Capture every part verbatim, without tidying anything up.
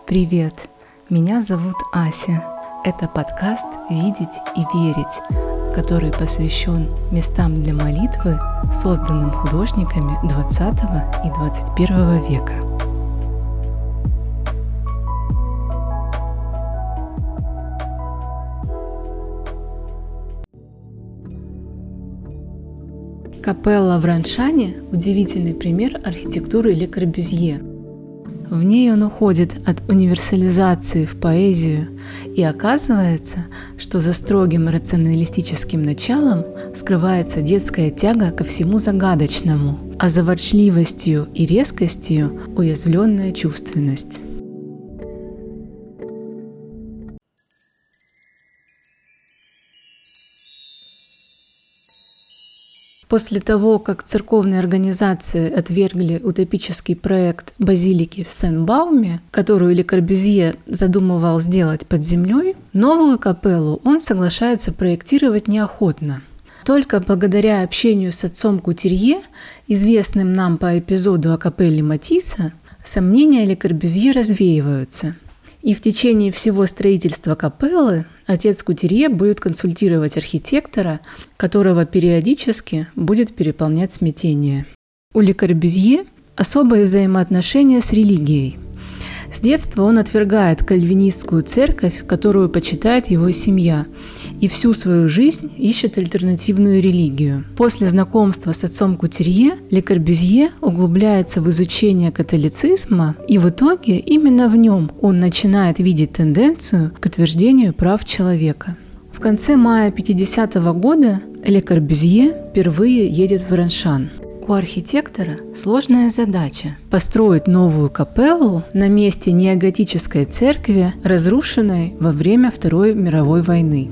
Привет! Меня зовут Ася. Это подкаст «Видеть и верить», который посвящен местам для молитвы, созданным художниками двадцатого и двадцать первого века. Капелла в Раншане – удивительный пример архитектуры Ле Корбюзье. В ней он уходит от универсализации в поэзию, и оказывается, что за строгим рационалистическим началом скрывается детская тяга ко всему загадочному, а за ворчливостью и резкостью – уязвленная чувственность. После того, как церковные организации отвергли утопический проект базилики в Сен-Бауме, которую Ле Корбюзье задумывал сделать под землей, новую капеллу он соглашается проектировать неохотно. Только благодаря общению с отцом Кутюрье, известным нам по эпизоду о капелле Матисса, сомнения Ле Корбюзье развеиваются. И в течение всего строительства капеллы отец Кутюрье будет консультировать архитектора, которого периодически будет переполнять смятение. У Ле Корбюзье особые взаимоотношения с религией. С детства он отвергает кальвинистскую церковь, которую почитает его семья, и всю свою жизнь ищет альтернативную религию. После знакомства с отцом Кутюрье Ле Корбюзье углубляется в изучение католицизма, и в итоге именно в нем он начинает видеть тенденцию к утверждению прав человека. В конце мая пятидесятого года Ле Корбюзье впервые едет в Раншан. У архитектора сложная задача – построить новую капеллу на месте неоготической церкви, разрушенной во время Второй мировой войны.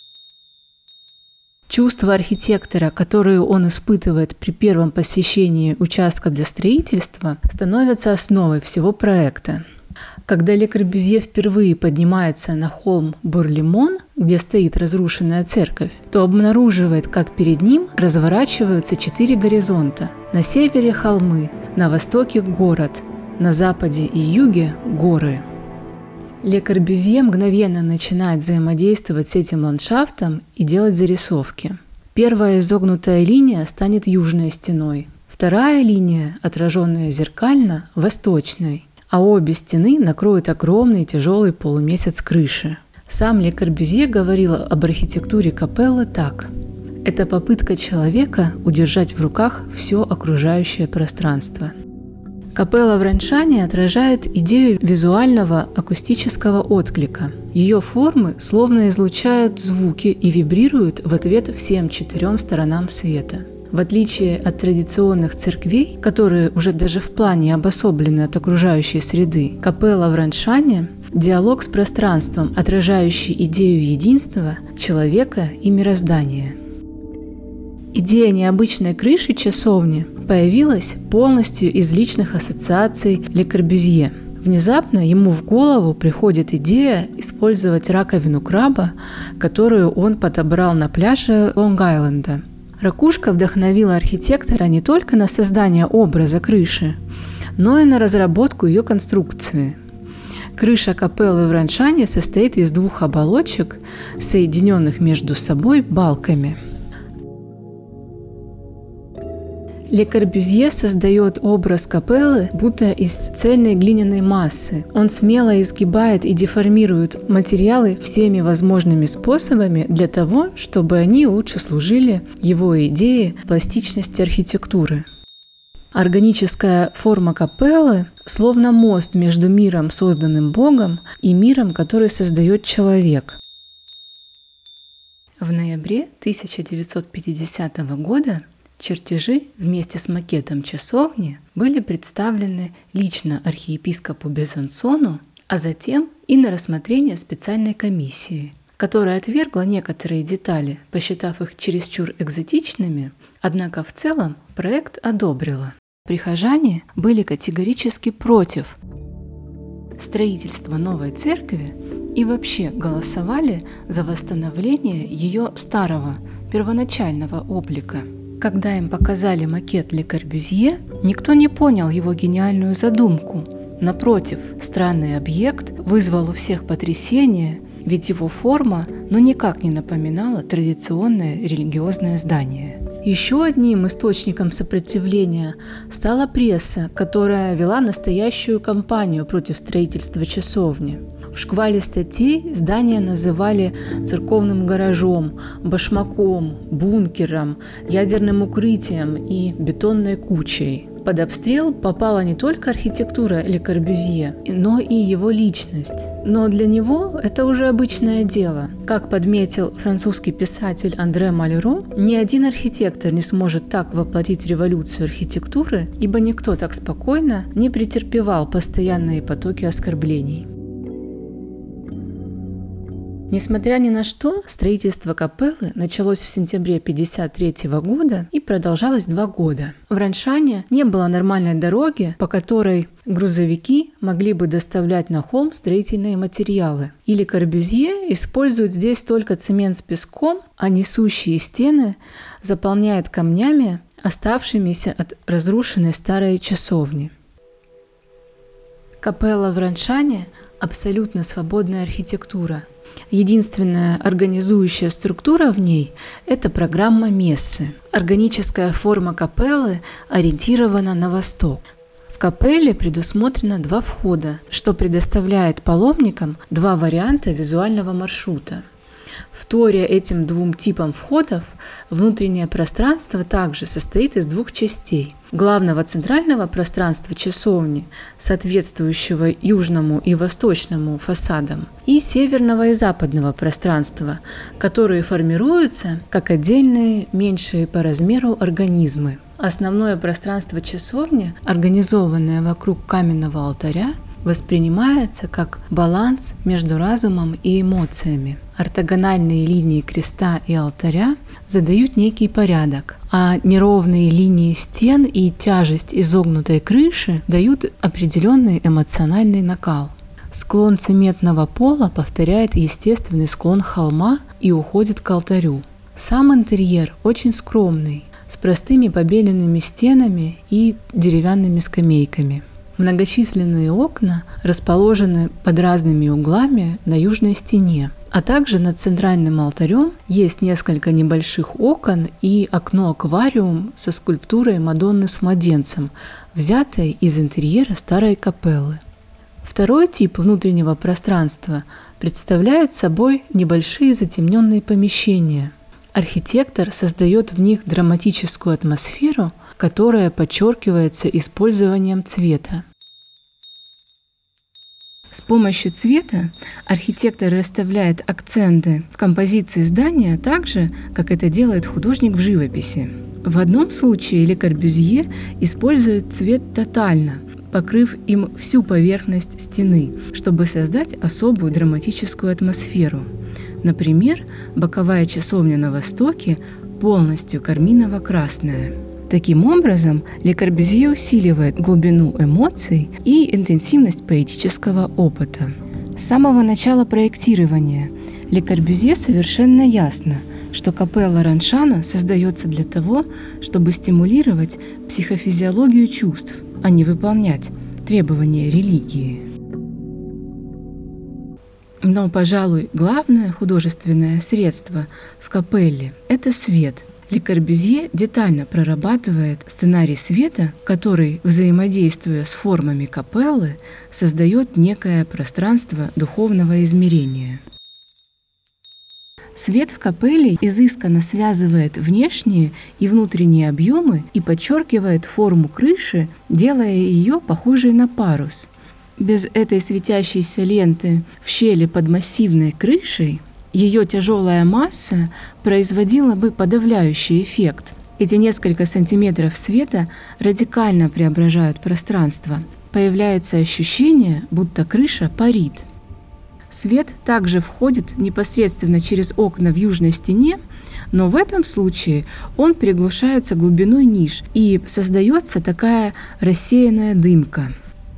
Чувства архитектора, которые он испытывает при первом посещении участка для строительства, становятся основой всего проекта. Когда Ле Корбюзье впервые поднимается на холм Бур-Лимон, где стоит разрушенная церковь, то обнаруживает, как перед ним разворачиваются четыре горизонта. На севере холмы, на востоке город, на западе и юге горы. Ле Корбюзье мгновенно начинает взаимодействовать с этим ландшафтом и делать зарисовки. Первая изогнутая линия станет южной стеной, вторая линия, отраженная зеркально, восточной, а обе стены накроют огромный тяжелый полумесяц крыши. Сам Ле Корбюзье говорил об архитектуре капеллы так: «Это попытка человека удержать в руках все окружающее пространство». Капелла в Раншане отражает идею визуального акустического отклика. Ее формы словно излучают звуки и вибрируют в ответ всем четырем сторонам света. В отличие от традиционных церквей, которые уже даже в плане обособлены от окружающей среды, капелла в Раншане – диалог с пространством, отражающий идею единства человека и мироздания. Идея необычной крыши часовни появилась полностью из личных ассоциаций Ле Корбюзье. Внезапно ему в голову приходит идея использовать раковину краба, которую он подобрал на пляже Лонг-Айленда. Ракушка вдохновила архитектора не только на создание образа крыши, но и на разработку ее конструкции. Крыша капеллы в Раншане состоит из двух оболочек, соединенных между собой балками. Ле Корбюзье создает образ капеллы будто из цельной глиняной массы. Он смело изгибает и деформирует материалы всеми возможными способами для того, чтобы они лучше служили его идее пластичности архитектуры. Органическая форма капеллы словно мост между миром, созданным Богом, и миром, который создает человек. В ноябре тысяча девятьсот пятидесятого года чертежи вместе с макетом часовни были представлены лично архиепископу Безансону, а затем и на рассмотрение специальной комиссии, которая отвергла некоторые детали, посчитав их чересчур экзотичными, однако в целом проект одобрила. Прихожане были категорически против строительства новой церкви и вообще голосовали за восстановление ее старого, первоначального облика. Когда им показали макет Ле Корбюзье, никто не понял его гениальную задумку. Напротив, странный объект вызвал у всех потрясение, ведь его форма ну никак не напоминала традиционное религиозное здание. Еще одним источником сопротивления стала пресса, которая вела настоящую кампанию против строительства часовни. В шквале статей здание называли церковным гаражом, башмаком, бункером, ядерным укрытием и бетонной кучей. Под обстрел попала не только архитектура Ле Корбюзье, но и его личность. Но для него это уже обычное дело. Как подметил французский писатель Андре Малеро, ни один архитектор не сможет так воплотить революцию архитектуры, ибо никто так спокойно не претерпевал постоянные потоки оскорблений. Несмотря ни на что, строительство капеллы началось в сентябре тысяча девятьсот пятьдесят третьего года и продолжалось два года. В Раншане не было нормальной дороги, по которой грузовики могли бы доставлять на холм строительные материалы. И Ле Корбюзье использует здесь только цемент с песком, а несущие стены заполняет камнями, оставшимися от разрушенной старой часовни. Капелла в Раншане – абсолютно свободная архитектура. Единственная организующая структура в ней – это программа мессы. Органическая форма капеллы ориентирована на восток. В капелле предусмотрено два входа, что предоставляет паломникам два варианта визуального маршрута. Вторя этим двум типам входов, внутреннее пространство также состоит из двух частей. Главного центрального пространства часовни, соответствующего южному и восточному фасадам, и северного и западного пространства, которые формируются как отдельные, меньшие по размеру организмы. Основное пространство часовни, организованное вокруг каменного алтаря, воспринимается как баланс между разумом и эмоциями. Ортогональные линии креста и алтаря задают некий порядок, а неровные линии стен и тяжесть изогнутой крыши дают определенный эмоциональный накал. Склон цементного пола повторяет естественный склон холма и уходит к алтарю. Сам интерьер очень скромный, с простыми побеленными стенами и деревянными скамейками. Многочисленные окна расположены под разными углами на южной стене, а также над центральным алтарем есть несколько небольших окон и окно-аквариум со скульптурой Мадонны с младенцем, взятой из интерьера старой капеллы. Второй тип внутреннего пространства представляет собой небольшие затемненные помещения. Архитектор создает в них драматическую атмосферу, которая подчеркивается использованием цвета. С помощью цвета архитектор расставляет акценты в композиции здания так же, как это делает художник в живописи. В одном случае Ле Корбюзье использует цвет тотально, покрыв им всю поверхность стены, чтобы создать особую драматическую атмосферу. Например, боковая часовня на востоке полностью карминово-красная. Таким образом, Ле Корбюзье усиливает глубину эмоций и интенсивность поэтического опыта. С самого начала проектирования Ле Корбюзье совершенно ясно, что капелла Раншана создается для того, чтобы стимулировать психофизиологию чувств, а не выполнять требования религии. Но, пожалуй, главное художественное средство в капелле – это свет. Ле Корбюзье детально прорабатывает сценарий света, который, взаимодействуя с формами капеллы, создает некое пространство духовного измерения. Свет в капелле изысканно связывает внешние и внутренние объемы и подчеркивает форму крыши, делая ее похожей на парус. Без этой светящейся ленты в щели под массивной крышей ее тяжелая масса производила бы подавляющий эффект. Эти несколько сантиметров света радикально преображают пространство. Появляется ощущение, будто крыша парит. Свет также входит непосредственно через окна в южной стене, но в этом случае он приглушается глубиной ниш, и создается такая рассеянная дымка.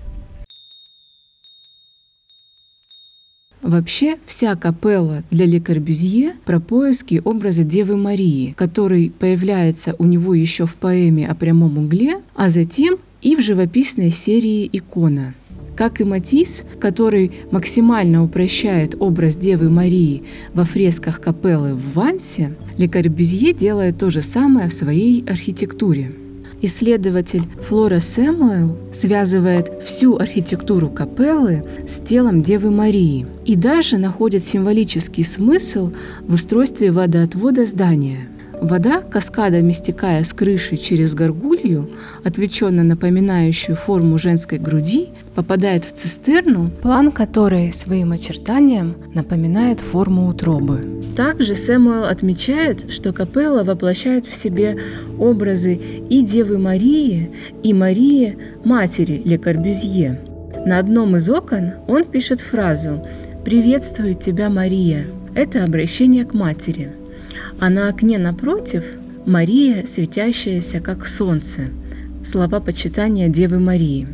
Вообще, вся капелла для Ле Корбюзье про поиски образа Девы Марии, который появляется у него еще в поэме о прямом угле, а затем и в живописной серии «Икона». Как и Матисс, который максимально упрощает образ Девы Марии во фресках капеллы в Вансе, Ле Корбюзье делает то же самое в своей архитектуре. Исследователь Флора Сэмюэл связывает всю архитектуру капеллы с телом Девы Марии и даже находит символический смысл в устройстве водоотвода здания. Вода, каскадами стекая с крыши через горгулью, отвлеченно напоминающую форму женской груди, попадает в цистерну, план которой своим очертанием напоминает форму утробы. Также Сэмюэл отмечает, что капелла воплощает в себе образы и Девы Марии, и Марии, матери Ле Корбюзье. На одном из окон он пишет фразу «Приветствую тебя, Мария». Это обращение к матери. А на окне напротив Мария, светящаяся как солнце. Слова почитания Девы Марии.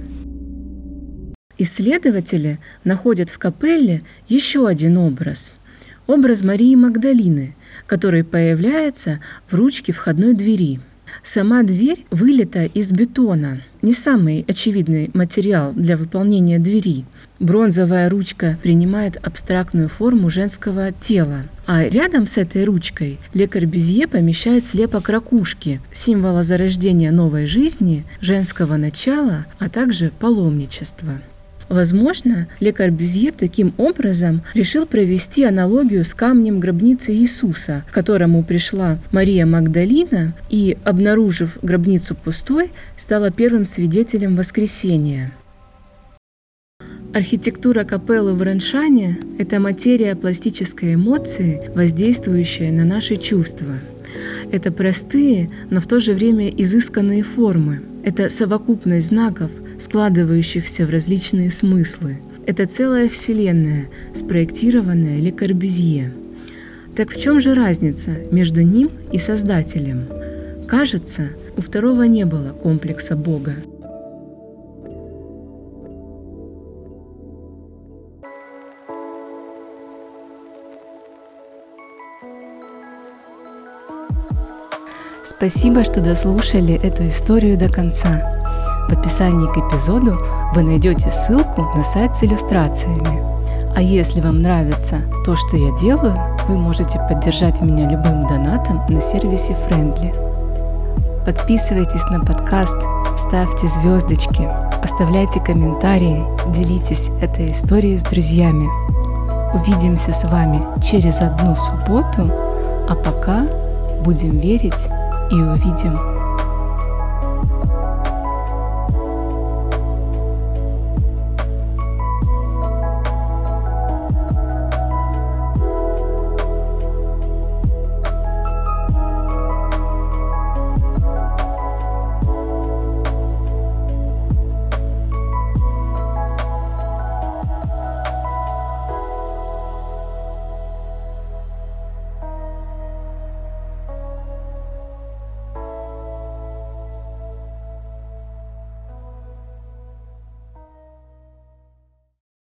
Исследователи находят в капелле еще один образ. Образ Марии Магдалины, который появляется в ручке входной двери. Сама дверь вылита из бетона, не самый очевидный материал для выполнения двери. Бронзовая ручка принимает абстрактную форму женского тела, а рядом с этой ручкой Ле Корбюзье помещает слепок ракушки, символа зарождения новой жизни, женского начала, а также паломничества. Возможно, Ле Корбюзье таким образом решил провести аналогию с камнем гробницы Иисуса, к которому пришла Мария Магдалина и, обнаружив гробницу пустой, стала первым свидетелем воскресения. Архитектура капеллы в Реншане – это материя пластической эмоции, воздействующая на наши чувства. Это простые, но в то же время изысканные формы. Это совокупность знаков, складывающихся в различные смыслы. Это целая вселенная, спроектированная Ле Корбюзье. Так в чем же разница между ним и Создателем? Кажется, у второго не было комплекса Бога. Спасибо, что дослушали эту историю до конца. В описании к эпизоду вы найдете ссылку на сайт с иллюстрациями. А если вам нравится то, что я делаю, вы можете поддержать меня любым донатом на сервисе Friendly. Подписывайтесь на подкаст, ставьте звездочки, оставляйте комментарии, делитесь этой историей с друзьями. Увидимся с вами через одну субботу, а пока будем верить и увидим.